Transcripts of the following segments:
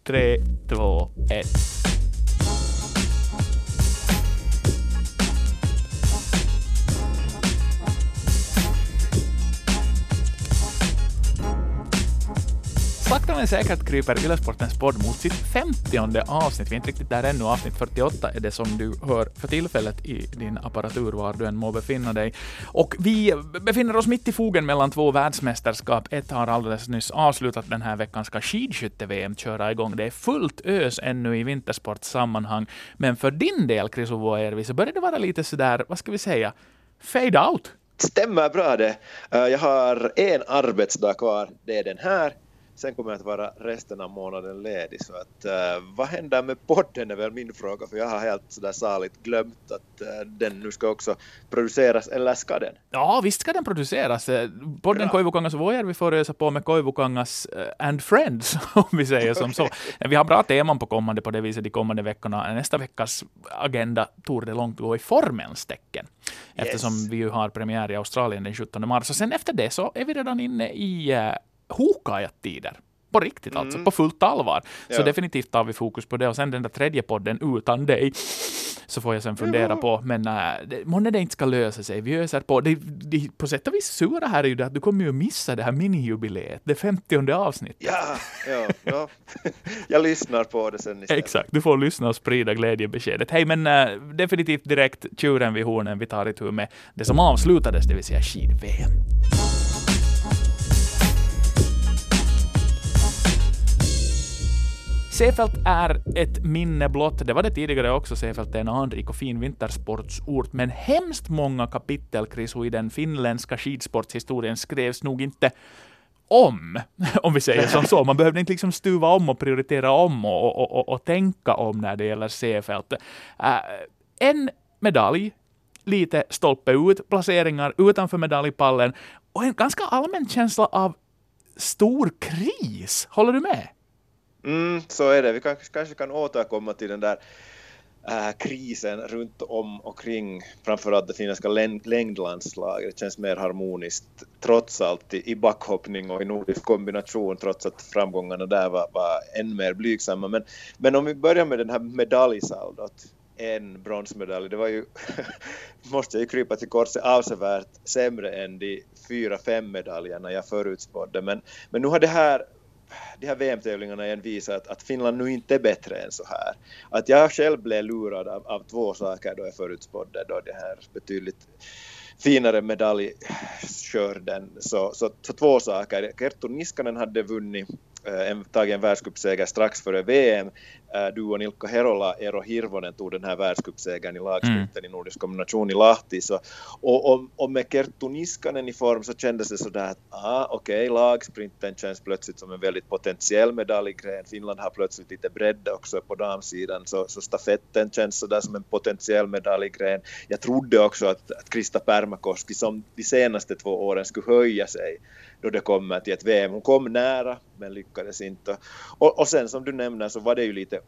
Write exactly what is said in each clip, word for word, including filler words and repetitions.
tre, två, ett. Sakta men säkert kryper Yle-sportens podd mot sitt femtionde avsnitt. Vi är inte riktigt där ännu. Avsnitt fyrtioåtta är det som du hör för tillfället i din apparatur var du än må befinna dig. Och vi befinner oss mitt i fogen mellan två världsmästerskap. Ett har alldeles nyss avslutat den här veckan. Ska skidskytte-V M köra igång. Det är fullt ös ännu i vintersportsammanhang. Men för din del, Chris Ovoervi, så börjar det vara lite sådär, vad ska vi säga, fade out. Stämmer bra det. Jag har en arbetsdag kvar. Det är den här. Sen kommer jag att vara resten av månaden ledig. Så att, uh, vad händer med podden är väl min fråga. För jag har helt sådär saligt glömt att uh, den nu ska också produceras. Eller ska den? Ja, visst ska den produceras. Podden Koivukangas Vojer, vi får ösa på med Koivukangas uh, and Friends, om vi säger som så. Vi har bra teman på kommande på det viset de kommande veckorna. Nästa veckas agenda tog det långt gå i formens tecken. Eftersom yes. vi ju har premiär i Australien den sjuttonde mars. Och sen efter det så är vi redan inne i... Uh, hokajat-tider. På riktigt alltså, mm. på fullt allvar. Ja. Så definitivt tar vi fokus på det. Och sen den där tredje podden utan dig så får jag sen fundera mm. på. Men äh, det, månne det inte ska lösa sig. Vi öser på. Det, det, på sätt och vis sura här är ju det att du kommer ju missa det här minijubileet. Det femtionde avsnittet. Ja, ja, ja. Jag lyssnar på det sen istället. Exakt, du får lyssna och sprida glädjebeskedet. Hej, men äh, definitivt direkt tjuren vid hornen. Vi tar itu med det som avslutades, det vill säga skid-V M. Seefeld är ett minne blott. Det var det tidigare också. Seefeld är en anrik och fin vintersportsort. Men hemskt många kapitel, Chris, i den finländska skidsportshistorien skrevs nog inte om. Om vi säger som så. Man behövde inte liksom stuva om och prioritera om och, och, och, och tänka om när det gäller Seefeld. Uh, en medalj, lite stolpe ut, placeringar utanför medaljpallen och en ganska allmän känsla av stor kris. Håller du med? Mm, så är det. Vi kanske, kanske kan återkomma till den där äh, krisen runt om och kring framförallt det finländska läng- längdlandslaget. Det känns mer harmoniskt trots allt i, i backhoppning och i nordisk kombination trots att framgångarna där var, var än mer blygsamma. Men, men om vi börjar med den här medaljsaldot. En bronsmedalj, det var ju måste jag ju krypa till korset avsevärt sämre än de fyra, fem medaljerna jag förutspådde. Men, men nu har det här de här V M-tävlingarna igen visar att, att Finland nu inte är bättre än så här. Att jag själv blev lurad av, av två saker då jag förutspådde då det här betydligt finare medaljskörden. Så, så, så två saker. Kerttu Niskanen hade vunnit en, tagit en världscupseger strax före V M. Duon Ilkka Herola, Eero Hirvonen tog den här världscupsegern i lagsprinten mm. i nordisk kombination i Lahti. Så, och, och, och med Kerttu Niskanen i form så kändes det sådär att ah, okej, okay, lagsprinten känns plötsligt som en väldigt potentiell medaljgren. Finland har plötsligt lite bredd också på damsidan. Så, så stafetten känns sådär som en potentiell medaljgren. Jag trodde också att, att Krista Pärmäkoski som de senaste två åren skulle höja sig då det kommer till ett V M. Hon kom nära men lyckades inte. Och, och sen som du nämner så var det ju lite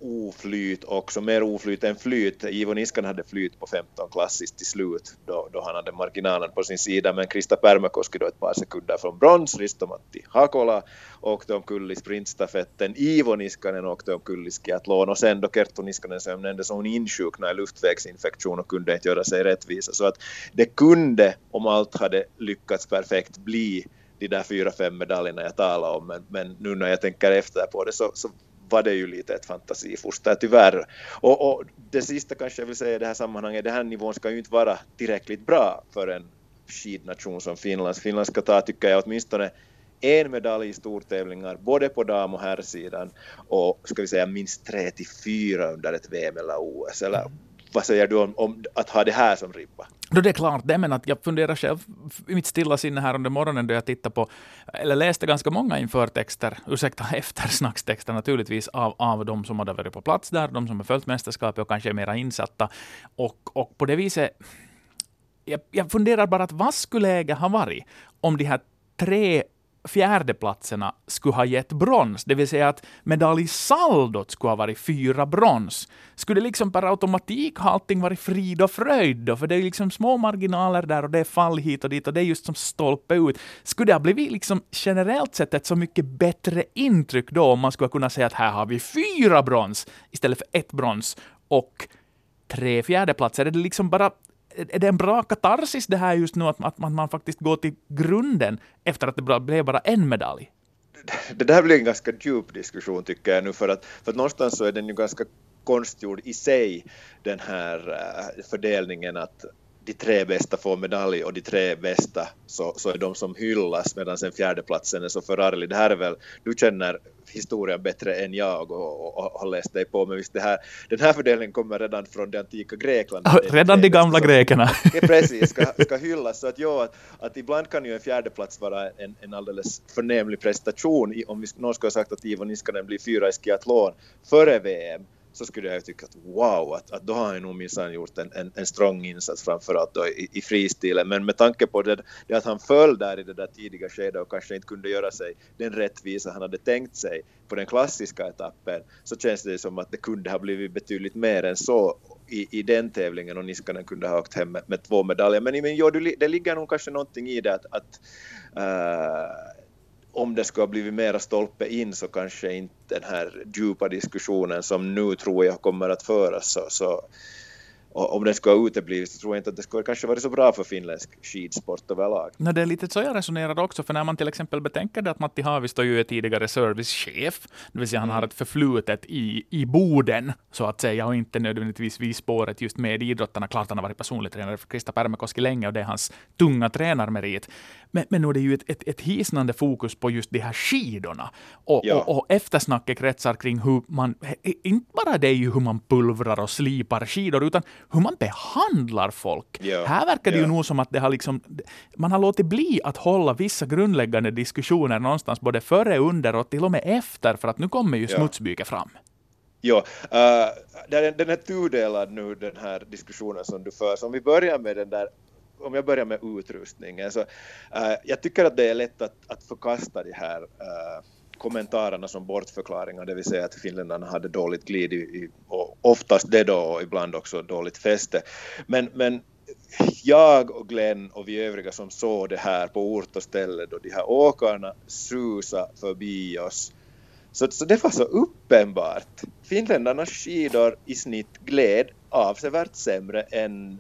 oflyt också, mer oflyt än flyt. Ivo Niskanen hade flyt på femton klassiskt till slut då, då han hade marginalen på sin sida, men Krista Pärmäkoski då ett par sekunder från brons. Risto-Matti Hakola åkte omkull i sprintstafetten, Ivo Niskanen åkte omkull i skiathlon och sen då Kerttu Niskanen som nämnde som hon insjuknade i luftvägsinfektion och kunde inte göra sig rättvisa. Så att det kunde, om allt hade lyckats perfekt, bli de där fyra, fem medaljerna jag talade om, men, men nu när jag tänker efter på det så, så var det ju lite ett fantasifoster tyvärr. Och, och det sista kanske jag vill säga i det här sammanhanget, den här nivån ska ju inte vara tillräckligt bra för en skidnation som Finland. Finland ska ta, tycker jag, åtminstone en medalj i stortävlingar, både på dam- och herrsidan, och ska vi säga minst tre till fyra under ett V M eller O S. Eller vad säger du om, om att ha det här som ribba? Då det är klart, det, men att jag funderar själv i mitt stilla sinne här under morgonen då jag tittade på, eller läste ganska många införtexter, ursäkta eftersnackstexter naturligtvis, av, av de som hade varit på plats där, de som har följt mästerskapet och kanske är mera insatta. Och, och på det viset, jag, jag funderar bara att vad skulle läget ha varit om de här tre fjärdeplatserna skulle ha gett brons, det vill säga att medaljsaldot skulle ha varit fyra brons, skulle det liksom per automatik ha allting varit frid och fröjd då? För det är liksom små marginaler där och det är fall hit och dit och det är just som stolpe ut. Skulle det ha blivit liksom generellt sett ett så mycket bättre intryck då om man skulle kunna säga att här har vi fyra brons istället för ett brons och tre fjärdeplatser? Är det liksom bara är det en bra katarsis det här just nu att, att man, man faktiskt går till grunden efter att det blev bara en medalj? Det där blir en ganska djup diskussion tycker jag nu för att, för att någonstans så är den ju ganska konstgjord i sig den här fördelningen att de tre bästa får medalj och de tre bästa så, så är de som hyllas medan sen fjärdeplatsen är så förarglig. Det här är väl, du känner historien bättre än jag och, och, och har läst dig på, men visst det här, den här fördelningen kommer redan från det antika Grekland. Redan de gamla så, grekerna. Precis, ska, ska hyllas. Så att, ja, att, att ibland kan ju en fjärdeplats vara en, en alldeles förnämlig prestation. Om vi, någon skulle ha sagt att Ivo Niskanen blir fyra i skiathlon före V M, så skulle jag tycka att wow, att, att då har han nog minsann gjort en, en, en strong insats framförallt då i, i fristilen. Men med tanke på det, det att han föll där i det där tidiga skedet och kanske inte kunde göra sig den rättvisa han hade tänkt sig på den klassiska etappen, så känns det som att det kunde ha blivit betydligt mer än så i, i den tävlingen och Niskanen kunde ha åkt hem med, med två medaljer. Men, men ja, det ligger nog kanske någonting i det att, att uh, om det skulle ha blivit mera stolpe in så kanske inte den här djupa diskussionen som nu tror jag kommer att föras så, så och om det skulle ha uteblivit så tror jag inte att det skulle kanske varit så bra för finländsk skidsport överlag. No, det är lite så jag resonerar också, för när man till exempel betänker det att Matti Haavisto ju är tidigare servicechef, det vill säga han mm. har ett förflutet i, i Boden så att säga och inte nödvändigtvis vid spåret just med idrottarna. Klart han har varit personlig tränare för Krista Pärmäkoski länge och det är hans tunga tränarmerit. Men, men nu är det ju ett, ett, ett hisnande fokus på just de här skidorna och, ja. och, och eftersnacket kretsar kring hur man, inte bara det är ju hur man pulvrar och slipar skidor utan hur man behandlar folk. Ja, här verkar det ja. ju nog som att det har liksom, man har låtit bli att hålla vissa grundläggande diskussioner någonstans både före, under och till och med efter, för att nu kommer ju smutsbyke fram. Ja, uh, den, den är tudelad nu den här diskussionen som du för. Så om vi börjar med den där, om jag börjar med utrustningen så uh, jag tycker att det är lätt att, att förkasta de här uh, kommentarerna som bortförklaringar, det vill säga att finländarna hade dåligt glid i, i, och oftast det då och ibland också dåligt fäste. Men, men jag och Glenn och vi övriga som såg det här på ort och ställe då de här åkarna susade förbi oss, så, så det var så uppenbart. Finländarnas skidor i snitt gled avsevärt sämre än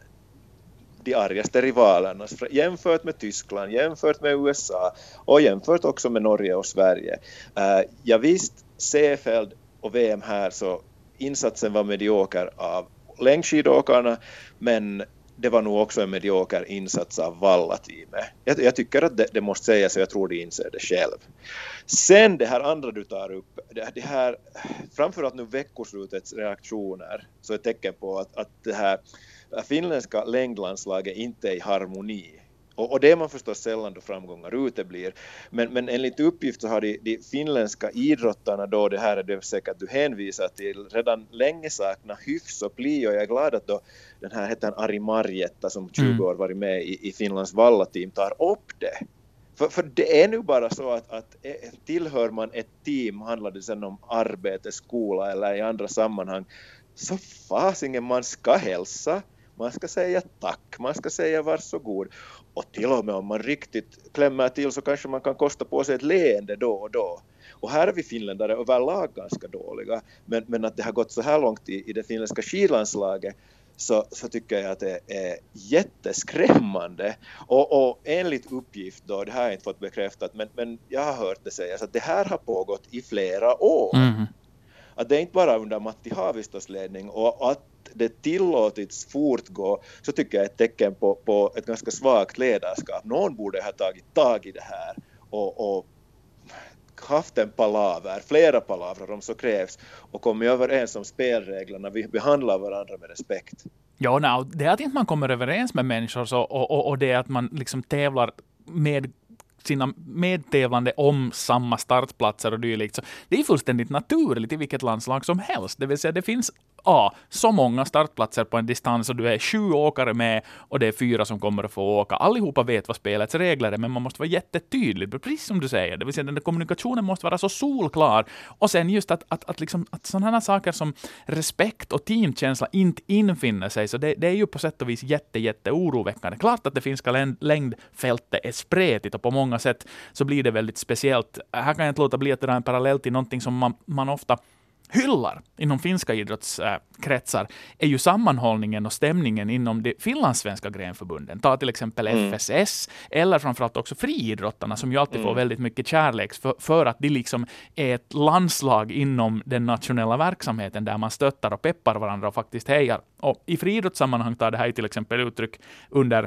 de argaste rivalerna jämfört med Tyskland, jämfört med U S A och jämfört också med Norge och Sverige. Uh, ja visst, Seefeld och V M här så insatsen var medioker av längdskidåkarna, men det var nog också en medioker insats av Valla-teamet. Jag, jag tycker att det, det måste sägas och jag tror de inser det själv. Sen det här andra du tar upp, det, det här, framförallt nu veckoslutets reaktioner, så är ett tecken på att, att det här finländska längdlandslaget inte är i harmoni. Och, och det är man förstås sällan då framgångar uteblir. Men, men enligt uppgift så har de, de finländska idrottarna då, det här är det säkert du hänvisar till, redan länge sakna hyfs och pli, och jag är glad att då den här heter Ari Marjetta som tjugo år varit med i, i Finlands Valla-team tar upp det. För, för det är nu bara så att, att tillhör man ett team, handlar det sen om arbete, skola eller i andra sammanhang, så fasingen man ska hälsa. Man ska säga tack, man ska säga varsågod. Och till och med om man riktigt klämmer till så kanske man kan kosta på sig ett leende då och då. Och här är vi finländare överlag ganska dåliga. Men, men att det har gått så här långt i, i det finländska skidlandslaget så, så tycker jag att det är jätteskrämmande. Och, och enligt uppgift då, det har jag inte fått bekräftat, men, men jag har hört det sägas att det här har pågått i flera år. Mm. Att det är inte bara under Matti Haavistos ledning och att det tillåtits fortgå, så tycker jag är ett tecken på, på ett ganska svagt ledarskap. Någon borde ha tagit tag i det här och, och haft en palaver, flera palavrer om så krävs, och kommit överens om spelreglerna. Vi behandlar varandra med respekt. Ja, no, det är att inte man kommer överens med människor så, och, och, och det är att man liksom tävlar med sina medtävlande om samma startplatser och dylikt. Så det är fullständigt naturligt i vilket landslag som helst. Det vill säga det finns A, så många startplatser på en distans och du är sju åkare med och det är fyra som kommer att få åka. Allihopa vet vad spelets regler är, men man måste vara jättetydlig, precis som du säger. Det vill säga den där kommunikationen måste vara så solklar. Och sen just att, att, att, liksom, att sådana här saker som respekt och teamkänsla inte infinner sig, så det, det är ju på sätt och vis jätte, jätte oroväckande. Klart att det finska länd, längdfältet är spretigt och på många sätt så blir det väldigt speciellt. Här kan jag inte låta bli att dra en parallell till någonting som man, man ofta hyllar inom finska idrottskretsar är ju sammanhållningen och stämningen inom de finlandssvenska grenförbunden. Ta till exempel mm. F S S eller framförallt också friidrottarna som ju alltid mm. får väldigt mycket kärlek för, för att de liksom är ett landslag inom den nationella verksamheten där man stöttar och peppar varandra och faktiskt hejar. Och i friidrottssammanhang tar det här till exempel uttryck under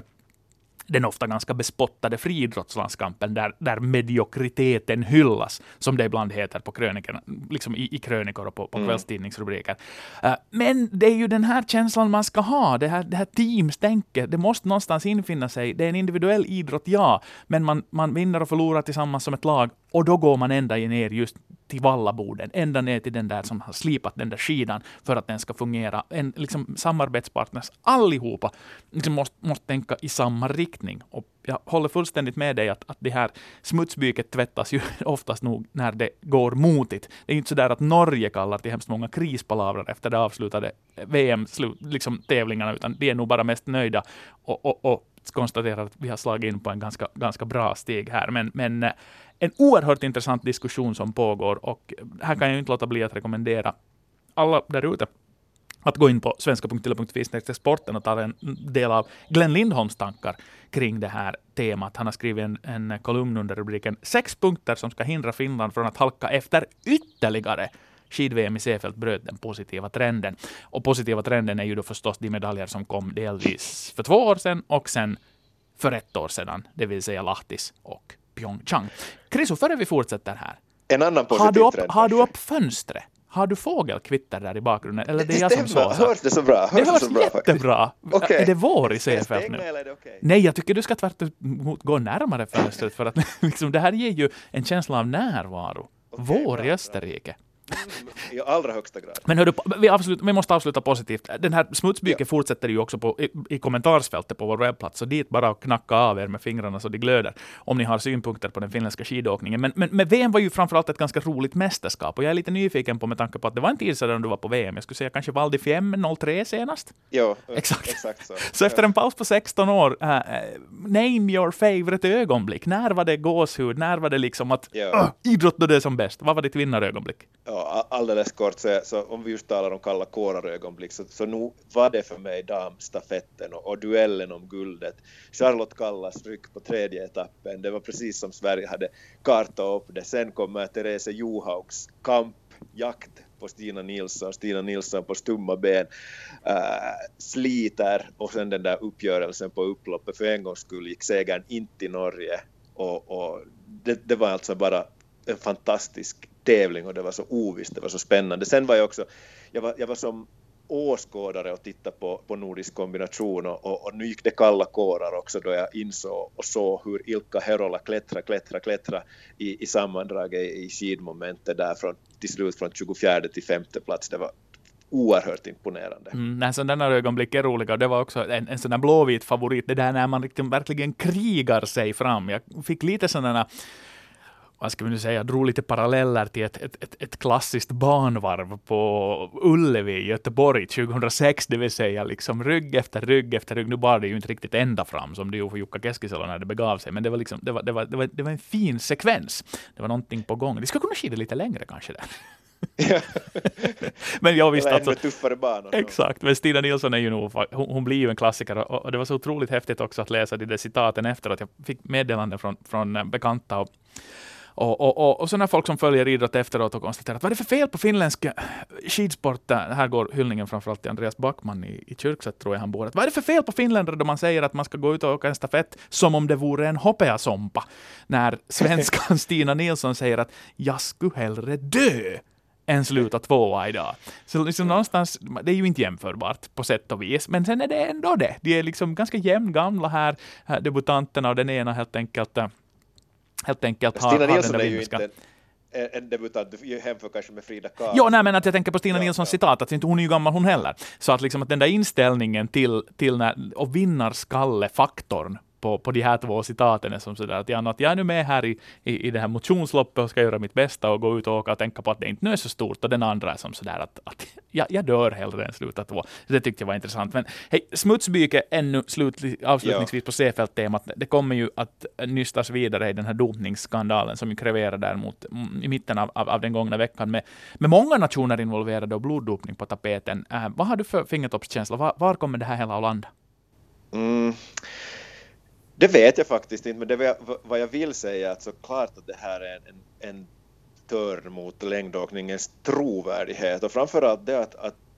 den ofta ganska bespottade friidrottslandskampen där, där mediokriteten hyllas, som det ibland heter på krönikorna, liksom i, i krönikor och på, på mm. kvällstidningsrubriker. Uh, men det är ju den här känslan man ska ha, det här, det här teamstänket, det måste någonstans infinna sig. Det är en individuell idrott, ja, men man, man vinner och förlorar tillsammans som ett lag och då går man ända ner just till vallaborden, ända ner till den där som har slipat den där skidan för att den ska fungera. En liksom, samarbetspartners allihopa liksom måste, måste tänka i samma riktning. Och jag håller fullständigt med dig att, att det här smutsbyket tvättas ju oftast nog när det går motigt. Det är inte så där att Norge kallar till hemskt många krispalavrar efter det avslutade V M-tävlingarna, liksom, utan de är nog bara mest nöjda och, och, och konstaterar att vi har slagit in på en ganska, ganska bra steg här. Men, men en oerhört intressant diskussion som pågår och här kan jag inte låta bli att rekommendera alla där ute att gå in på svenska punkt tele punkt fi slash sporten och ta en del av Glenn Lindholms tankar kring det här temat. Han har skrivit en, en kolumn under rubriken sex punkter som ska hindra Finland från att halka efter ytterligare. Skid-V M i Seefeld bröt den positiva trenden. Och positiva trenden är ju då förstås de medaljer som kom delvis för två år sedan och sen för ett år sedan, det vill säga Lahtis och Pyeongchang. Kriso, före vi fortsätter här. En annan positiv har du upp, trend. Har du upp fönstret? Har du fågelkvitter där i bakgrunden? Eller det är jag som så? Hörs det så bra? Hörs det hörs så bra, jättebra. Okay. Är det vår i Seefeld nu? Eller är det okay? Nej, jag tycker du ska tvärt gå närmare fönstret för att liksom, det här ger ju en känsla av närvaro. Okay, vår bra, i Österrike. I allra högsta grad. Men hördu, vi, avslut, vi måste avsluta positivt. Den här smutsbyket ja. fortsätter ju också på, i, i kommentarsfältet på vår webbplats. Så dit bara att knacka av er med fingrarna så det glöder. Om ni har synpunkter på den finländska skidåkningen. Men, men, men V M var ju framförallt ett ganska roligt mästerskap. Och jag är lite nyfiken på med tanke på att det var en tid sedan du var på V M. Jag skulle säga kanske Val di Fiemme noll tre senast. Jo, exakt. exakt så. Så efter en paus på sexton år, uh, name your favorite ögonblick. När var det gåshud? När var det liksom att uh, idrott då det är som bäst? Vad var ditt vinnarögonblick? Ja, alldeles kort, så, så om vi just talar om kalla kårarögonblick, så, så nu var det för mig damstafetten och, och duellen om guldet. Charlotte Kallas ryck på tredje etappen, det var precis som Sverige hade kartat upp det. Sen kommer Therese Johaugs kamp, jakt på Stina Nilsson, Stina Nilsson på stumma ben, äh, sliter och sen den där uppgörelsen på upploppet. För en gångs skull gick segern inte till Norge och, och det, det var alltså bara en fantastisk tävling och det var så ovisst, det var så spännande. Sen var jag också, jag var, jag var som åskådare och tittade på, på nordisk kombination och, och, och nu gick det kalla kårar också då jag insåg och såg hur Ilkka Herola klättra, klättra, klättra i, i sammandraget i skidmomentet där från, till slut från tjugofjärde till femte plats. Det var oerhört imponerande. Mm, en sån där ögonblick är roliga. Det var också en, en sån där blåvit favorit. Det där när man liksom verkligen krigar sig fram. Jag fick lite sådana, vad ska vi nu säga, drog lite paralleller till ett, ett, ett, ett klassiskt banvarv på Ullevi i Göteborg tjugohundrasex, det vill säga liksom rygg efter rygg efter rygg. Nu bar det ju inte riktigt ända fram som det gjorde för Jukka Keskisalo när det begav sig, men det var, liksom, det, var, det, var, det, var, det var en fin sekvens. Det var någonting på gång. Vi ska kunna skida lite längre kanske där. Men jag visste alltså, tuffare banor. Exakt, men Stina Nilsson är ju nog, hon, hon blir ju en klassiker och, och det var så otroligt häftigt också att läsa de där citaten efter att jag fick meddelanden från, från bekanta och Och, och, och, och sådana folk som följer idrott efteråt och konstaterar att vad är det för fel på finländsk skidsport? Här går hyllningen framförallt till Andreas Backman i, i Kyrkset, tror jag han bor. Vad är det för fel på finländare då man säger att man ska gå ut och åka en stafett som om det vore en hopeasompa? När svenskan Stina Nilsson säger att jag skulle hellre dö än sluta tvåa idag. Så liksom någonstans, det är ju inte jämförbart på sätt och vis, men sen är det ändå det. De är liksom ganska jämngamla här, debutanterna, och den ena helt enkelt helt enkelt har, Stina har Nilsson den där är ju inte, en, en debutant, du jämför kanske med Frida Karlsson. Jo, nej, men att jag tänker på Stina ja, Nilssons ja. citat, att inte hon är ju gammal hon heller. Så att liksom att den där inställningen till, till när, och vinnarskalle-faktorn på, på de här två citaten är som sådär att jag, att jag är nu med här i, i, i det här motionsloppet och ska göra mitt bästa och gå ut och åka och tänka på att det inte nu är så stort, och den andra är som sådär att, att jag, jag dör hellre än sluta två. Det tyckte jag var intressant. Men hej, smutsbyke ännu slutlig, avslutningsvis ja. på C-fält-temat. Det kommer ju att nystas vidare i den här dopningsskandalen som ju kreverar där mot, i mitten av, av, av den gångna veckan med, med många nationer involverade och bloddopning på tapeten. Äh, vad har du för fingertoppskänsla? Var, var kommer det här hela att landa? Mm. Det vet jag faktiskt inte, men det vad jag vill säga är att så klart att det här är en, en törn mot längdåkningens trovärdighet, och framförallt det att, att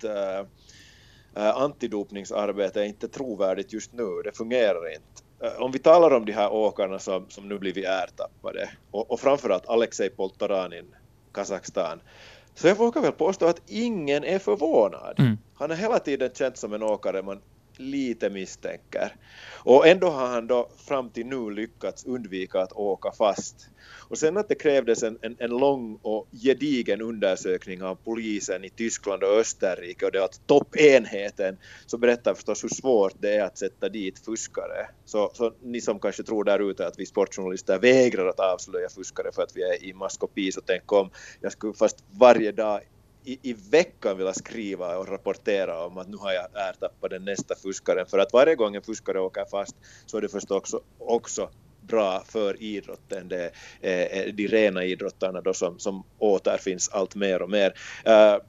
äh, antidopningsarbete är inte trovärdigt just nu, det fungerar inte. Äh, om vi talar om de här åkarna som, som nu blivit ärtappade, och, och framförallt Alexej Poltoranin, Kazakstan, så jag vågar väl påstå att ingen är förvånad. Mm. Han är hela tiden känd som en åkare man lite misstänker. Och ändå har han då fram till nu lyckats undvika att åka fast. Och sen att det krävdes en, en, en lång och gedigen undersökning av polisen i Tyskland och Österrike, och det är att toppenheten, så berättar förstås hur svårt det är att sätta dit fuskare. Så, så ni som kanske tror där ute att vi sportjournalister vägrar att avslöja fuskare för att vi är i maskopi, så tänk om, jag skulle fast varje dag I, i veckan vilja skriva och rapportera om att nu har jag ertappat den nästa fuskaren, för att varje gång en fuskare åker fast så är det förstås också, också bra för idrotten. Det är de rena idrottarna då som, som återfinns allt mer och mer. Uh,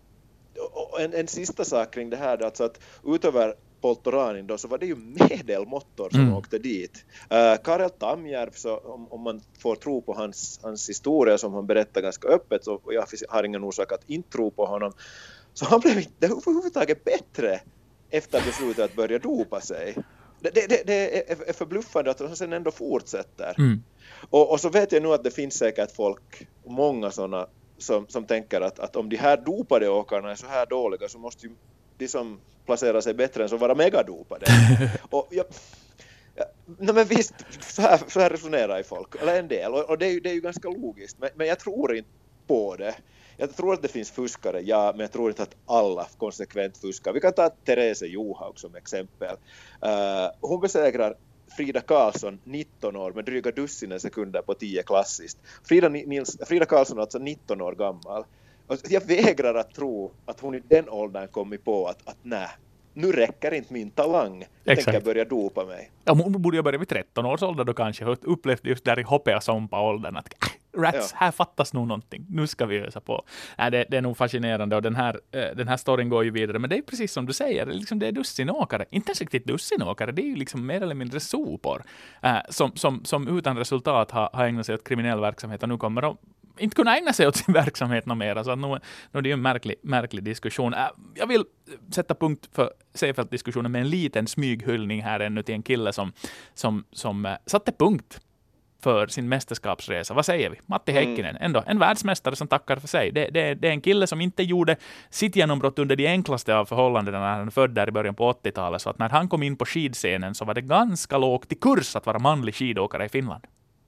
och en, en sista sak kring det här, alltså att utöver Poltoranin då, så var det ju medelmåttor som mm. åkte dit. Uh, Karel Tamjärv, så om, om man får tro på hans, hans historia som han berättar ganska öppet, så, och jag har ingen orsak att inte tro på honom, så han blev inte överhuvudtaget bättre efter beslutet att börja dopa sig. Det, det, det är förbluffande att han sen ändå fortsätter. Mm. Och, och så vet jag nu att det finns säkert folk, många sådana, som, som tänker att, att om de här dopade åkarna är så här dåliga, så måste ju de som placerar sig bättre än så vara megadopade. Och jag, ja, nej men visst, så här, så här resonerar ju folk, eller en del, och, och det, är ju, det är ju ganska logiskt, men, men jag tror inte på det. Jag tror att det finns fuskare, ja, men jag tror inte att alla konsekvent fuskar. Vi kan ta Therese Johaug som exempel. Uh, hon besegrar Frida Karlsson, nitton år, med dryga dussinen sekunder på tio klassiskt. Frida, Nils, Frida Karlsson är alltså nitton år gammal. Jag vägrar att tro att hon i den åldern kommit på att, att nej, nu räcker inte min talang. Jag Exakt. tänker börja dopa mig. Ja, hon borde ju börja vid tretton års ålder då kanske. Jag upplevde just där i hoppea sompa-åldern att äh, rats, ja. här fattas nog någonting. Nu ska vi ösa på. Äh, det, det är nog fascinerande, och den här, äh, den här storyn går ju vidare. Men det är precis som du säger, det är, liksom, det är dussinåkare. Inte ens riktigt dussinåkare, det är ju liksom mer eller mindre sopor. Äh, som, som, som utan resultat har, har ägnat sig åt kriminell verksamhet, och nu kommer de inte kunna ägna sig åt sin verksamhet något mer. Så nu, nu är det ju en märklig, märklig diskussion. Äh, jag vill sätta punkt för Seefeld-diskussionen med en liten smyghyllning här ännu till en kille som, som, som äh, satte punkt för sin mästerskapsresa. Vad säger vi? Matti Heikkinen, mm. ändå en världsmästare som tackar för sig. Det, det, det är en kille som inte gjorde sitt genombrott under de enklaste av förhållandena när han födde där i början på åttiotalet. Så att när han kom in på skidscenen så var det ganska lågt i kurs att vara manlig skidåkare i Finland.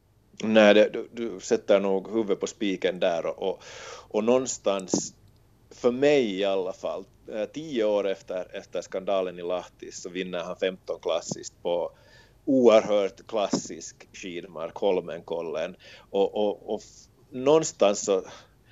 Nej, det, du, du sätter nog huvudet på spiken där, och, och, och någonstans, för mig i alla fall, tio år efter, efter skandalen i Lahti, så vinner han femton klassiskt på oerhört klassisk skidmark, Holmenkollen, och, och, och någonstans så,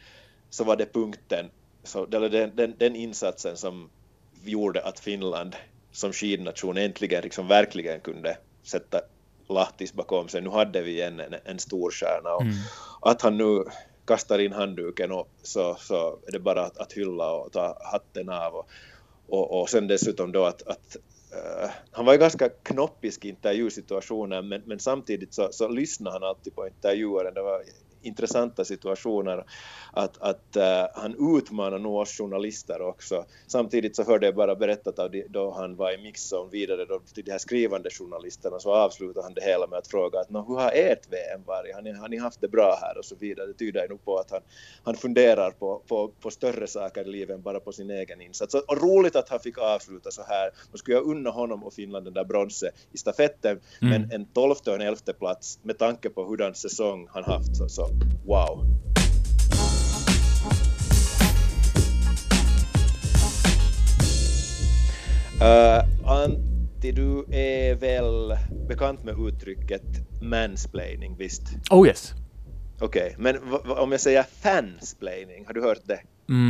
så var det punkten, så, eller den, den, den insatsen som gjorde att Finland som skidnation äntligen liksom verkligen kunde sätta Lahtis bakom sig. Nu hade vi en, en, en stor stjärna, och mm. att han nu kastar in handduken, och så, så är det bara att, att hylla och ta hatten av, och, och, och sen dessutom då att, att uh, han var ju ganska knoppisk i intervjusituationen, men, men samtidigt så, så lyssnade han alltid på intervjuaren. Det var intressanta situationer att, att uh, han utmanar nog oss journalister också. Samtidigt så hörde jag bara berättat av det, då han var i mixzone vidare då, till de här skrivande journalisterna, så avslutade han det hela med att fråga att hur har ert V M varit? Har ni, har ni haft det bra här och så vidare? Det tyder nog på att han, han funderar på, på, på större saker i livet än bara på sin egen insats. Och, och roligt att han fick avsluta så här. Då skulle jag unna honom och Finland den där bronset i stafetten, mm. men en tolfte och en elfte plats med tanke på hurdan säsong han haft, så, så wow. Matti, du är väl bekant med uttrycket mansplaining, visst? Oh yes. Okej, okay. Men v- v- om jag säger fansplaining, har du hört det?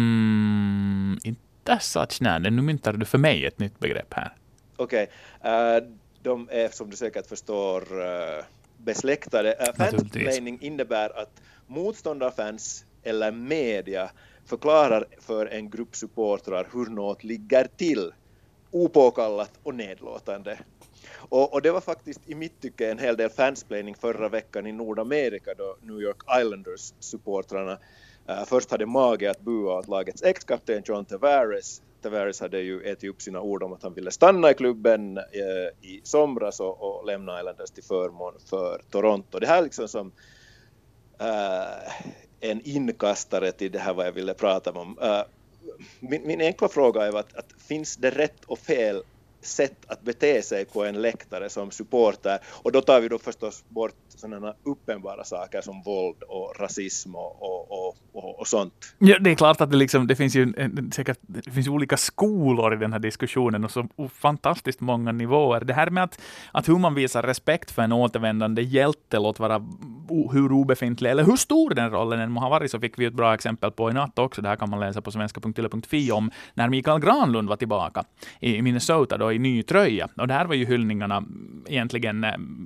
Mm, inte such nej, nu myntar du för mig ett nytt begrepp här. Okej, okay. uh, de är som du säkert förstår uh, besläktade. Uh, fansplaining innebär att motståndarfans eller media förklarar för en grupp supportrar hur något ligger till, opåkallat och nedlåtande. Och, och det var faktiskt i mitt tycke en hel del fansplaining förra veckan i Nordamerika då New York Islanders supportrarna uh, först hade mage att bua åt lagets ex-kapten John Tavares. Tavares hade ju ätit upp sina ord om att han ville stanna i klubben uh, i somras och, och lämna Islanders till förmån för Toronto. Det här är liksom som uh, en inkastare till det här vad jag ville prata om. Uh, min, min enkla fråga är att, att finns det rätt och fel sätt att bete sig på en läktare som supporter, och då tar vi då förstås bort sådana uppenbara saker som våld och rasism och, och, och, och sånt. Ja, det är klart att det, liksom, det finns ju en, säkert, det finns olika skolor i den här diskussionen och så fantastiskt många nivåer. Det här med att, att hur man visar respekt för en återvändande hjälte, låt vara hur obefintlig eller hur stor den rollen än må ha varit, så fick vi ett bra exempel på i natt också. Det här kan man läsa på svenska punkt yle punkt fi om när Mikael Granlund var tillbaka i Minnesota då, i ny tröja. Och där var ju hyllningarna egentligen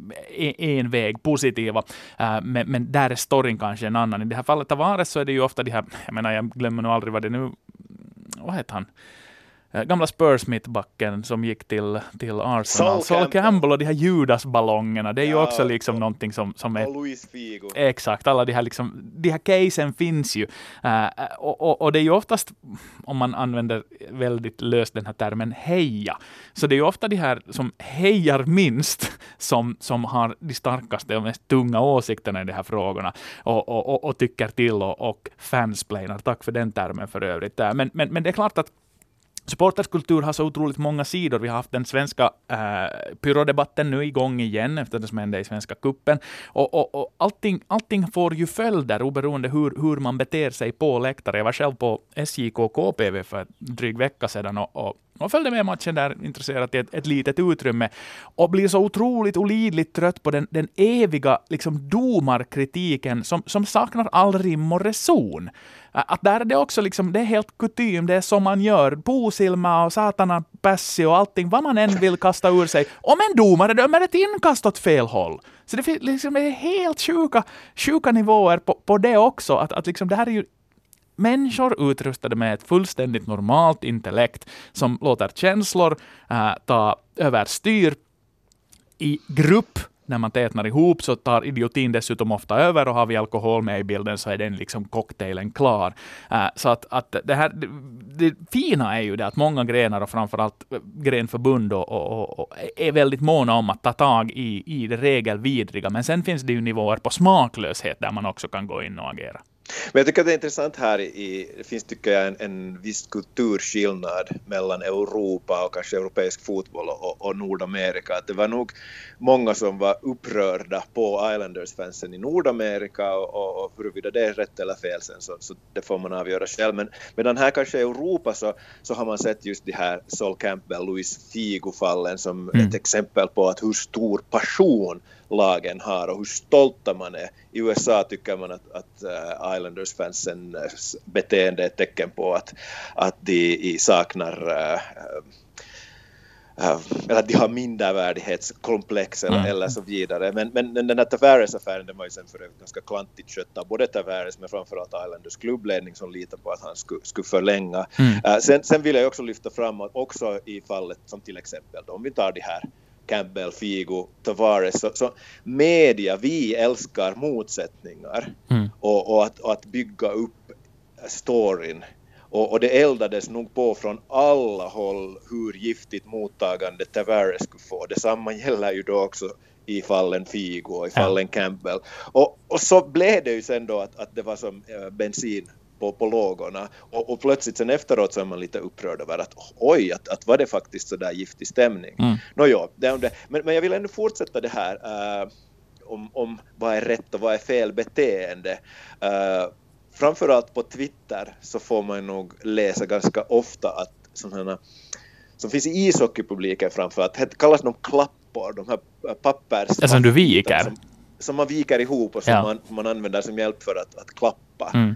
en väg positiva, men, men där är storyn kanske en annan. I det här fallet Tavares så är det ju ofta de här, jag menar jag glömmer nog aldrig vad det nu, vad heter han? Gamla Spurs-mittbacken som gick till, till Arsenal. Sol Campbell. Campbell och de här Judas-ballongerna. Det är ju ja, också liksom och, någonting som, som är... Och Luis Figo. Exakt, alla de här liksom, de här casen finns ju. Uh, och, och, och det är ju oftast, om man använder väldigt löst den här termen, heja. Så det är ju ofta de här som hejar minst som, som har de starkaste och mest tunga åsikterna i de här frågorna. Och, och, och, och tycker till och, och fansplainar. Tack för den termen för övrigt. Men, men, men det är klart att supporterskultur har så otroligt många sidor. Vi har haft den svenska äh, pyrodebatten nu igång igen efter det som hände i Svenska kuppen. Och, och, och allting, allting får ju följder oberoende hur, hur man beter sig på läktare. Jag var själv på S J K K P V för en dryg vecka sedan och, och, och följde med matchen där intresserat i ett, ett litet utrymme och blir så otroligt olidligt trött på den, den eviga liksom, domarkritiken som, som saknar all rim och reson. Att där är det också liksom, det är helt kutym, det är som man gör. Bosilma och satana pässi och allting, vad man än vill kasta ur sig. Om en domare dömer ett inkast åt fel håll. Så det liksom är helt sjuka, sjuka nivåer på, på det också. Att, att liksom det här är ju människor utrustade med ett fullständigt normalt intellekt som låter känslor äh, ta överstyr i grupp. När man tätnar ihop så tar idiotin dessutom ofta över, och har vi alkohol med i bilden så är den liksom cocktailen klar. Uh, så att, att det här, det, det fina är ju det att många grenar och framförallt grenförbund och, och, och är väldigt måna om att ta tag i, i det regelvidriga. Men sen finns det ju nivåer på smaklöshet där man också kan gå in och agera. Men jag tycker att det är intressant här, i, det finns tycker jag en, en viss kulturskillnad mellan Europa och kanske europeisk fotboll och, och Nordamerika. Att det var nog många som var upprörda på Islanders-fansen i Nordamerika, och, och, och huruvida det är rätt eller fel sen så, så det får man avgöra själv. Men medan här kanske i Europa så, så har man sett just det här Sol Campbell, Luis Figo-fallen som mm. ett exempel på att hur stor passion lagen har och hur stolta man är. I U S A tycker man att, att uh, Islanders-fansen beteende är ett tecken på att, att de saknar uh, uh, eller att de har mindervärdighetskomplex eller, mm. eller så vidare. Men, men den här Tavares-affären, den var ju sen för övrigt ganska klantigt skött av både Tavares men framförallt Islanders klubbledning som litar på att han skulle, skulle förlänga. Mm. Uh, sen, sen vill jag också lyfta fram att också i fallet som till exempel då, om vi tar det här Campbell, Figo, Tavares, så, så media, vi älskar motsättningar mm. och, och, att, och att bygga upp storyn. Och, och det eldades nog på från alla håll hur giftigt mottagande Tavares skulle få. Detsamma gäller ju då också i fallen Figo och i fallen ja. Campbell. Och, och så blev det ju sen då att, att det var som äh, bensin på, på lågorna. Och, och plötsligt sen efteråt så är man lite upprörd över att oj, att, att var det faktiskt så där giftig stämning. Mm. Nåja, det är det. Men, men jag vill ändå fortsätta det här äh, om, om vad är rätt och vad är fel beteende. Äh, framförallt på Twitter så får man nog läsa ganska ofta att sådana som finns i ishockeypubliken framförallt. Det kallas de klappor, de här pappers... Alltså du viker? Som, som man viker ihop och som ja. man, man använder som hjälp för att, att klappa. Mm.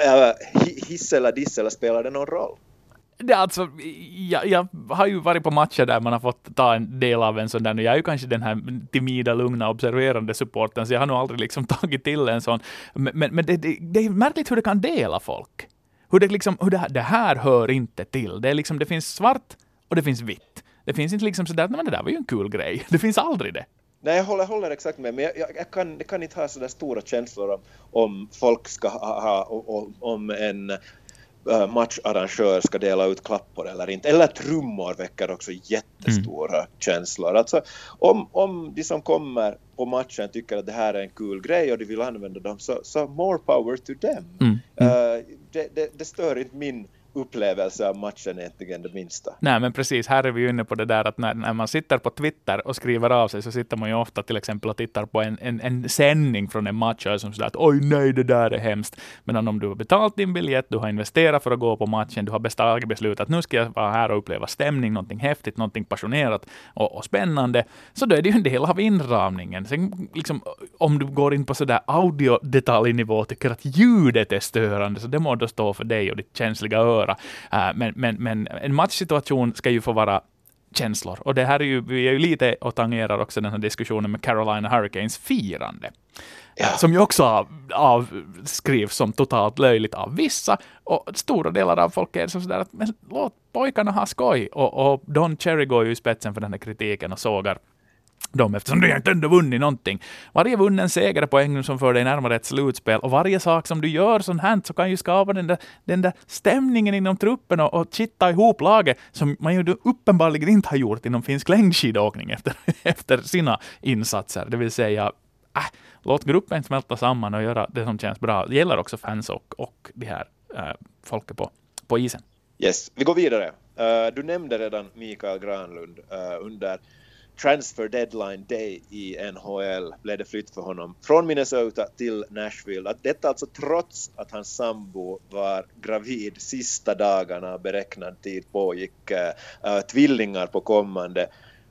Hiss eller diss eller spelar det någon roll? Det är alltså, jag, jag har ju varit på matcher där man har fått ta en del av en sån där. Jag är ju kanske den här timida, lugna, observerande supporten, så jag har nog aldrig liksom tagit till en sån. Men, men, men det, det, det är märkligt hur det kan dela folk. Hur det liksom, hur det, här, det här hör inte till. Det är liksom, det finns svart och det finns vitt. Det finns inte liksom sådär, men det där var ju en kul grej. Det finns aldrig det. Nej, jag håller, håller exakt med, men jag, jag, jag, kan, jag kan inte ha sådär stora känslor om, om folk ska ha, ha om, om en uh, matcharrangör ska dela ut klappor eller inte. Eller trummor väcker också jättestora mm. känslor. Alltså, om, om de som kommer på matchen tycker att det här är en kul grej och de vill använda dem, så, så more power to them. Mm. Mm. Uh, det, det, det stör inte min upplevelse av matchen egentligen det minsta. Nej, men precis. Här är vi inne på det där att när, när man sitter på Twitter och skriver av sig, så sitter man ju ofta till exempel och tittar på en, en, en sändning från en match och är som sådär att oj nej, det där är hemskt. Men om du har betalt din biljett, du har investerat för att gå på matchen, du har bestagit beslutat att nu ska jag vara här och uppleva stämning, någonting häftigt, någonting passionerat och, och spännande, så då är det ju en del av inramningen. Sen, liksom, om du går in på sådär audiodetaljnivå och tycker att ljudet är störande, så det må då stå för dig och ditt känsliga öra. Uh, men, men, men en matchsituation ska ju få vara känslor. Och det här är ju, vi är ju lite och tangerar också den här diskussionen med Carolina Hurricanes firande. Ja. Uh, som ju också av, avskrivs som totalt löjligt av vissa. Och stora delar av folk är sådär att men, låt pojkarna ha skoj. Och, och Don Cherry går ju i spetsen för den här kritiken och sågar dem, eftersom du inte ändå vunnit någonting. Varje vunnen seger är poäng som för dig närmare ett slutspel, och varje sak som du gör sånt här så kan ju skapa den där, den där stämningen inom truppen och, och kitta ihop laget som man ju uppenbarligen inte har gjort inom finsk längdskidåkning efter, efter sina insatser. Det vill säga, äh, låt gruppen smälta samman och göra det som känns bra. Det gäller också fans och, och de här äh, folket på, på isen. Yes, vi går vidare. Uh, du nämnde redan Mikael Granlund uh, under transfer deadline day i N H L blev det flytt för honom från Minnesota till Nashville. Att detta alltså trots att hans sambo var gravid sista dagarna av beräknad tid pågick uh, tvillingar på kommande.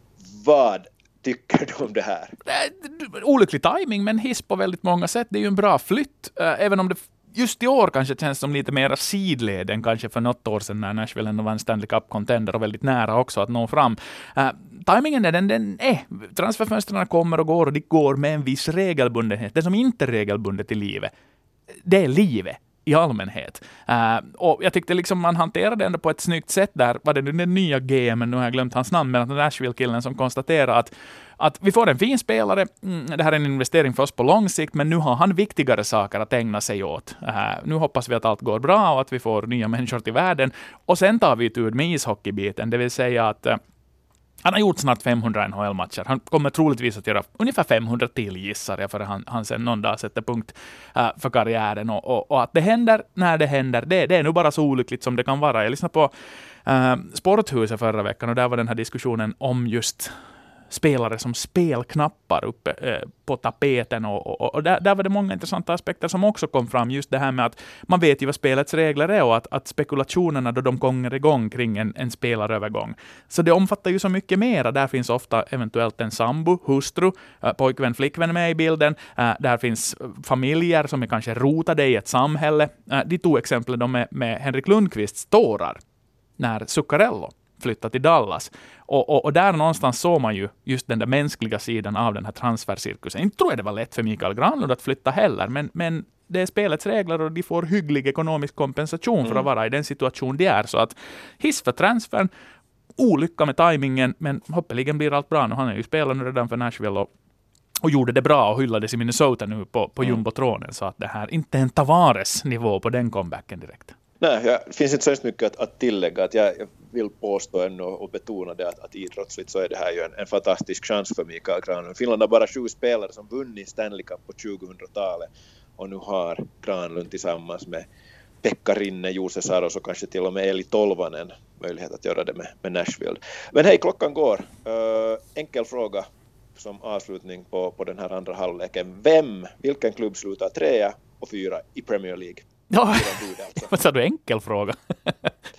Vad tycker du om det här? Olycklig timing, men hiss på väldigt många sätt. Det är ju en bra flytt, uh, även om det just i år kanske känns som lite mer sidled än kanske för något år sedan när Nashville ändå var en Stanley Cup-contender och väldigt nära också att nå fram. Uh, timingen är den, den är. Transferfönsterna kommer och går och de går med en viss regelbundenhet. Det som inte är regelbundet i livet, det är livet i allmänhet. Uh, och jag tyckte liksom man hanterade det ändå på ett snyggt sätt där. Var det nu den nya G M, nu har jag glömt hans namn, men den Nashville-killen som konstaterar att att vi får en fin spelare, mm, det här är en investering för oss på lång sikt, men nu har han viktigare saker att ägna sig åt. Uh, nu hoppas vi att allt går bra och att vi får nya människor till världen. Och sen tar vi tur med ishockeybiten, det vill säga att uh, han har gjort snart femhundra N H L-matcher. Han kommer troligtvis att göra ungefär femhundra till, gissar jag, för han, han sen någon dag sätter punkt uh, för karriären. Och, och, och att det händer när det händer, det, det är nu bara så olyckligt som det kan vara. Jag lyssnade på uh, Sporthuset förra veckan och där var den här diskussionen om just spelare som spelknappar uppe eh, på tapeten och, och, och där, där var det många intressanta aspekter som också kom fram, just det här med att man vet ju vad spelets regler är och att, att spekulationerna då de gånger igång kring en, en spelarövergång. Så det omfattar ju så mycket mera. Där finns ofta eventuellt en sambo, hustru, äh, pojkvän, flickvän med i bilden. Äh, där finns familjer som är kanske rotade i ett samhälle. Äh, de två exemplen de är med Henrik Lundqvists tårar när Zuccarello flyttat till Dallas. Och, och, och där någonstans såg man ju just den där mänskliga sidan av den här transfercirkusen. Inte tror jag det var lätt för Mikael Granlund att flytta heller, men, men det är spelets regler och de får hygglig ekonomisk kompensation mm. för att vara i den situation de är. Så att hiss för transfern, olycka med tajmingen, men hoppeligen blir allt bra. Nu han är ju spelat nu redan för Nashville och, och gjorde det bra och hyllades i Minnesota nu på, på mm. jumbotronen. Så att det här inte en Tavares nivå på den comebacken direkt. Nej, ja, det finns inte så mycket att, att tillägga. Att jag, jag vill påstå ännu och betona det att, att idrottsligt så är det här ju en, en fantastisk chans för Mikael Granlund. Finland har bara sju spelare som vunnit Stanley Cup på tjugohundratalet och nu har Granlund tillsammans med Pekka Rinne, Jose Saros och kanske till och med Eli Tolvanen möjlighet att göra det med, med Nashville. Men hej, klockan går. Uh, enkel fråga som avslutning på, på den här andra halvleken. Vem, vilken klubb slutar trea och fyra i Premier League? Ja, vad sa du, enkel fråga?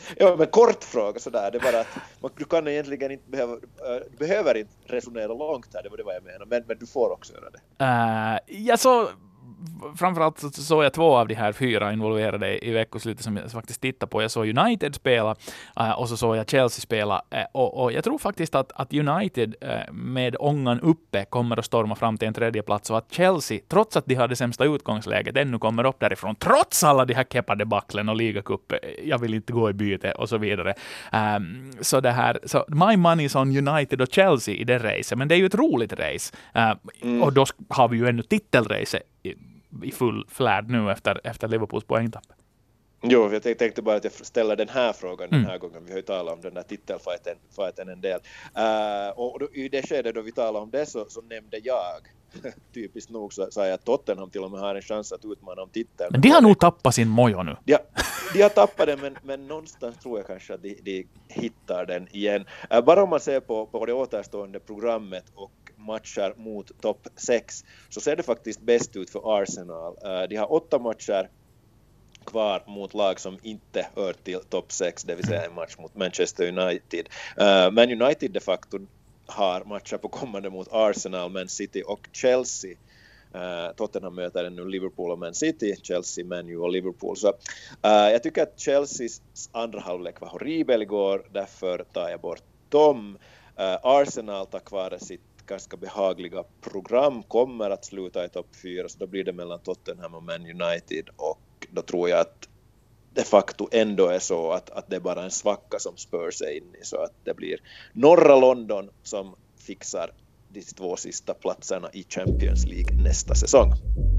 Ja, men kort fråga sådär, det är bara att man, du kan egentligen inte behöva, du behöver inte resonera långt här, det var det vad jag menar, men, men du får också göra det. Uh, jag så framförallt så såg jag två av de här fyra involverade i veckoslutet som jag faktiskt tittade på. Jag såg United spela uh, och så såg jag Chelsea spela. Uh, och, och jag tror faktiskt att, att United uh, med ångan uppe kommer att storma fram till en tredje plats och att Chelsea, trots att de hade sämsta utgångsläget, ännu kommer upp därifrån. Trots alla de här kepadebaclen och ligacup, jag vill inte gå i byte och så vidare. Um, så det här, så my money is on United och Chelsea i det racet. Men det är ju ett roligt race. Uh, mm. Och då har vi ju ännu titelrace i, i full flärd nu efter, efter Liverpools poängtapp. Jo, jag tänkte bara att jag ställer den här frågan den här mm. gången. Vi har ju talat om den där titelfighten fighten en del. Uh, och då, i det skedet då vi talade om det så, så nämnde jag, typiskt nog så sa jag att Tottenham till och med har en chans att utmana om titeln. Men de har nog tappat sin mojo nu. Ja, de har tappat den, men, men någonstans tror jag kanske att de, de hittar den igen. Uh, bara om man ser på, på det återstående programmet och matcher mot topp sex så ser det faktiskt bäst ut för Arsenal. Uh, de har åtta matcher kvar mot lag som inte hör till topp sex, det vill säga en match mot Manchester United. Uh, Man United de facto har matcher på kommande mot Arsenal, Man City och Chelsea. Uh, Tottenham möter nu Liverpool och Man City, Chelsea, Man U och Liverpool. Så, uh, jag tycker att Chelseas andra halvlek var horribel igår, därför tar jag bort dem. Uh, Arsenal tar kvar sitt ganska behagliga program, kommer att sluta i topp fyra, så då blir det mellan Tottenham och Man United, och då tror jag att de facto ändå är så att, att det är bara en svacka som Spurs är inne i, så att det blir norra London som fixar de två sista platserna i Champions League nästa säsong.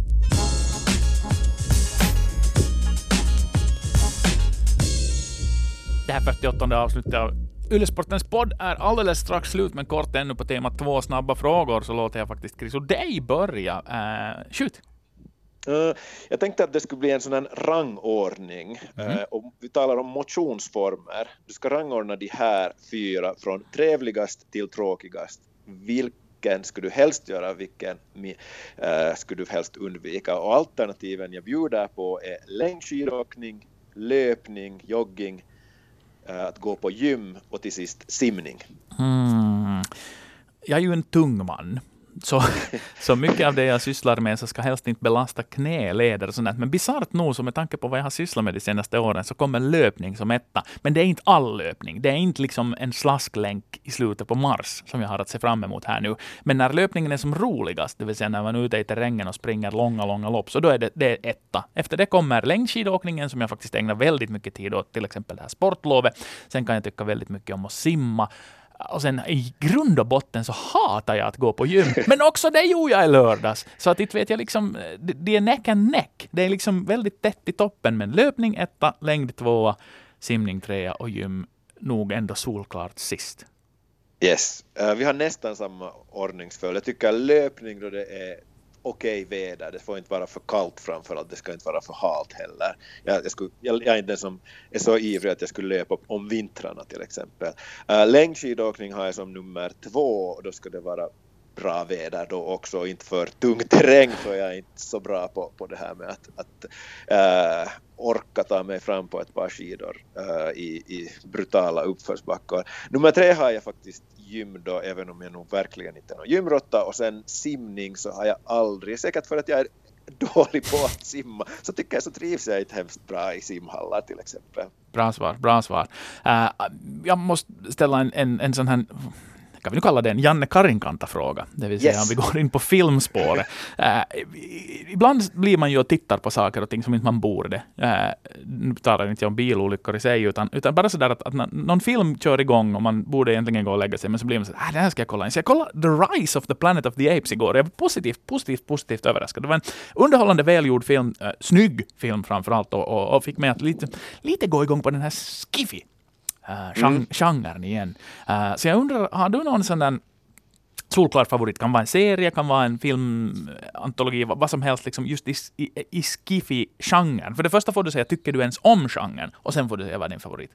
Det här fyrtioåttonde avsnittet av Yle-sportens podd är alldeles strax slut, men kort ännu på tema två snabba frågor så låter jag faktiskt Chris och dig börja. Uh, shoot! Uh, jag tänkte att det skulle bli en sån här rangordning. Mm. Uh, och vi talar om motionsformer. Du ska rangordna de här fyra från trevligast till tråkigast. Vilken skulle du helst göra, vilken uh, skulle du helst undvika? Och alternativen jag bjuder på är längdskidåkning, löpning, jogging, att gå på gym och till sist simning. Mm. Jag är ju en tung man. Så, så mycket av det jag sysslar med så ska helst inte belasta knäleder och sånt. Men bizarrt nog, så med tanke på vad jag har sysslat med de senaste åren, så kommer löpning som etta. Men det är inte all löpning. Det är inte liksom en slasklänk i slutet på mars som jag har att se fram emot här nu. Men när löpningen är som roligast, det vill säga när man är ute i terrängen och springer långa, långa lopp, så då är det, det är etta. Efter det kommer längdskidåkningen som jag faktiskt ägnar väldigt mycket tid åt, till exempel det här sportlovet. Sen kan jag tycka väldigt mycket om att simma. Och sen i grund och botten så hatar jag att gå på gym. Men också det gjorde jag i lördags. Så att inte vet jag liksom, det är neck and neck. Det är liksom väldigt tätt i toppen. Men löpning etta, längd tvåa, simning trea och gym nog ändå solklart sist. Yes, uh, vi har nästan samma ordningsföljd. Jag tycker löpning då det är okej väder. Det får inte vara för kallt framförallt. Det ska inte vara för halt heller. Jag, jag, skulle, jag, jag är inte den som är så ivrig att jag skulle löpa om vintrarna till exempel. Uh, längdskidåkning har jag som nummer två, och då ska det vara bra väder då också, inte för tung terräng, för jag är inte så bra på, på det här med att, att uh, orka ta mig fram på ett par skidor uh, i, i brutala uppförsbackar. Nummer tre har jag faktiskt gym då, även om jag nog verkligen inte är någon gymrotta, och sen simning så har jag aldrig, säkert för att jag är dålig på att simma, så tycker jag så trivs jag inte hemskt bra i simhallar till exempel. Bra svar, bra svar. Uh, jag måste ställa en, en, en sån här, kan vi nu kalla det en Janne Karinkanta-fråga. Det vill säga yes. Om vi går in på filmspåret. Uh, ibland blir man ju och tittar på saker och ting som inte man borde. Uh, nu talar jag inte om bilolyckor i sig, utan, utan bara sådär att, att någon film kör igång och man borde egentligen gå och lägga sig, men så blir man så här, ah, det här ska jag kolla in. Så jag kollade The Rise of the Planet of the Apes igår. Jag var positivt, positivt, positivt överraskad. Det var en underhållande, välgjord film, uh, snygg film framförallt, och, och, och fick mig att lite, lite gå igång på den här skiffy Uh, gen- mm. genren igen. Uh, så jag undrar, har du någon sån där solklar favorit? Kan vara en serie, kan vara en filmantologi, vad, vad som helst liksom just i, i, i skiffy-genren. För det första får du säga, tycker du ens om genren? Och sen får du säga, vad är din favorit?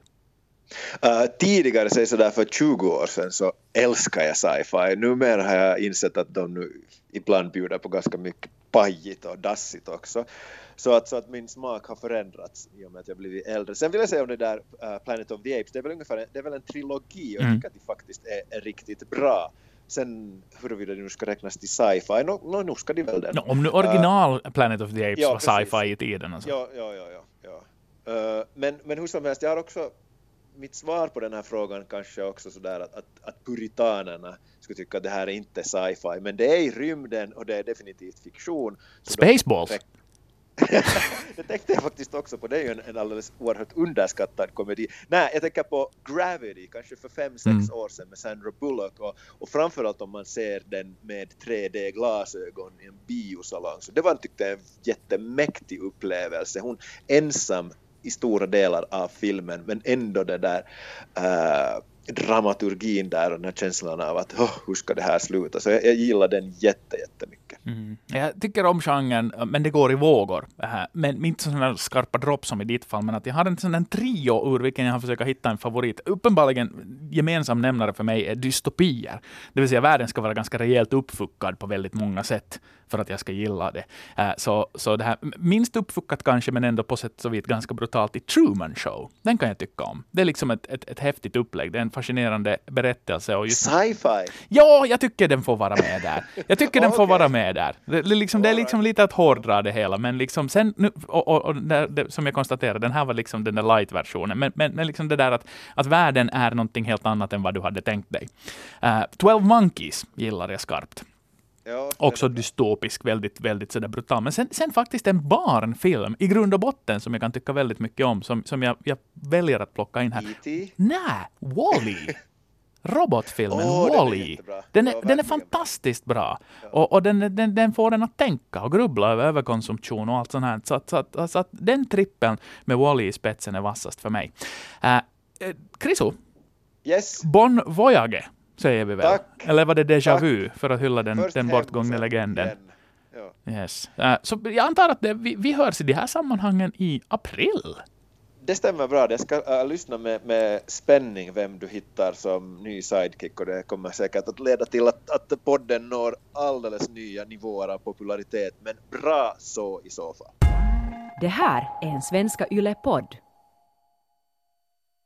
Uh, tidigare, så sådär för tjugo år sedan, så älskar jag sci-fi. Numera har jag insett att de nu ibland bjuder på ganska mycket pajigt och dassigt också. Så att, så att min smak har förändrats i och med att jag blivit äldre. Sen vill jag säga om det där uh, Planet of the Apes, det är väl ungefär det är väl en trilogi och jag tycker att det faktiskt är, är riktigt bra. Sen huruvida det nu ska räknas till sci-fi, no, no, nu ska de väl den. No, om nu original uh, Planet of the Apes ja, var sci-fi i tiden. Alltså. Ja, ja, ja. ja, ja. Uh, men, men hur som helst, jag har också mitt svar på den här frågan kanske också sådär att, att, att puritanerna skulle tycka att det här är inte sci-fi, men det är i rymden och det är definitivt fiktion. Spaceballs! De... det tänkte jag faktiskt också på, det är ju en, en alldeles oerhört underskattad komedi. Nej, jag tänker på Gravity, kanske för fem, sex mm. år sedan med Sandra Bullock och, och framförallt om man ser den med tre D-glasögon i en biosalong. Så det var tyckte jag en jättemäktig upplevelse. Hon ensam i stora delar av filmen, men ändå det där uh, dramaturgin där och den här känslan av att oh, hur ska det här sluta. Så jag, jag gillar den jätte, jättemycket. Mm. Jag tycker om genren, men det går i vågor. Men inte sådana skarpa dropp som i ditt fall, men att jag har en sån trio ur vilken jag har försökt hitta en favorit. Uppenbarligen gemensam nämnare för mig är dystopier. Det vill säga världen ska vara ganska rejält uppfuckad på väldigt många sätt för att jag ska gilla det. Så, så det här, minst uppfuckat kanske, men ändå på sätt så vitt ganska brutalt i Truman Show. Den kan jag tycka om. Det är liksom ett, ett, ett häftigt upplägg. Det är en fascinerande berättelse. Och just... Sci-fi? Ja, jag tycker den får vara med där. Jag tycker den får okay. vara med där. Det, det, liksom, det är liksom lite att hårdra det hela, men liksom sen, nu, och, och, och det, det, som jag konstaterade, den här var liksom den där light-versionen, men, men, men liksom det där att, att världen är någonting helt annat än vad du hade tänkt dig. Uh, twelve Monkeys gillar jag skarpt. Ja, också dystopisk, väldigt, väldigt sådär brutal. Men sen, sen faktiskt en barnfilm i grund och botten som jag kan tycka väldigt mycket om, som, som jag, jag väljer att plocka in här. E T? Nej, Wall-E. Robotfilmen oh, Wall-E. Den är, den är fantastiskt bra. Ja. Och, och den, den, den får den att tänka och grubbla över överkonsumtion och allt sånt här. Så att, så att, så att den trippen med Wall-E i spetsen är vassast för mig. Uh, Kriso? Yes? Bon voyage, säger vi väl. Tack. Eller var det déjà Tack. vu för att hylla den, den bortgångne legenden? Ja. Yes. Uh, så jag antar att det, vi, vi hörs i de här sammanhangen i april. Det stämmer bra. Jag ska uh, lyssna med, med spänning vem du hittar som ny sidekick, och det kommer säkert att leda till att, att podden når alldeles nya nivåer av popularitet, men bra så i så fall. Det här är en Svenska Yle-podd.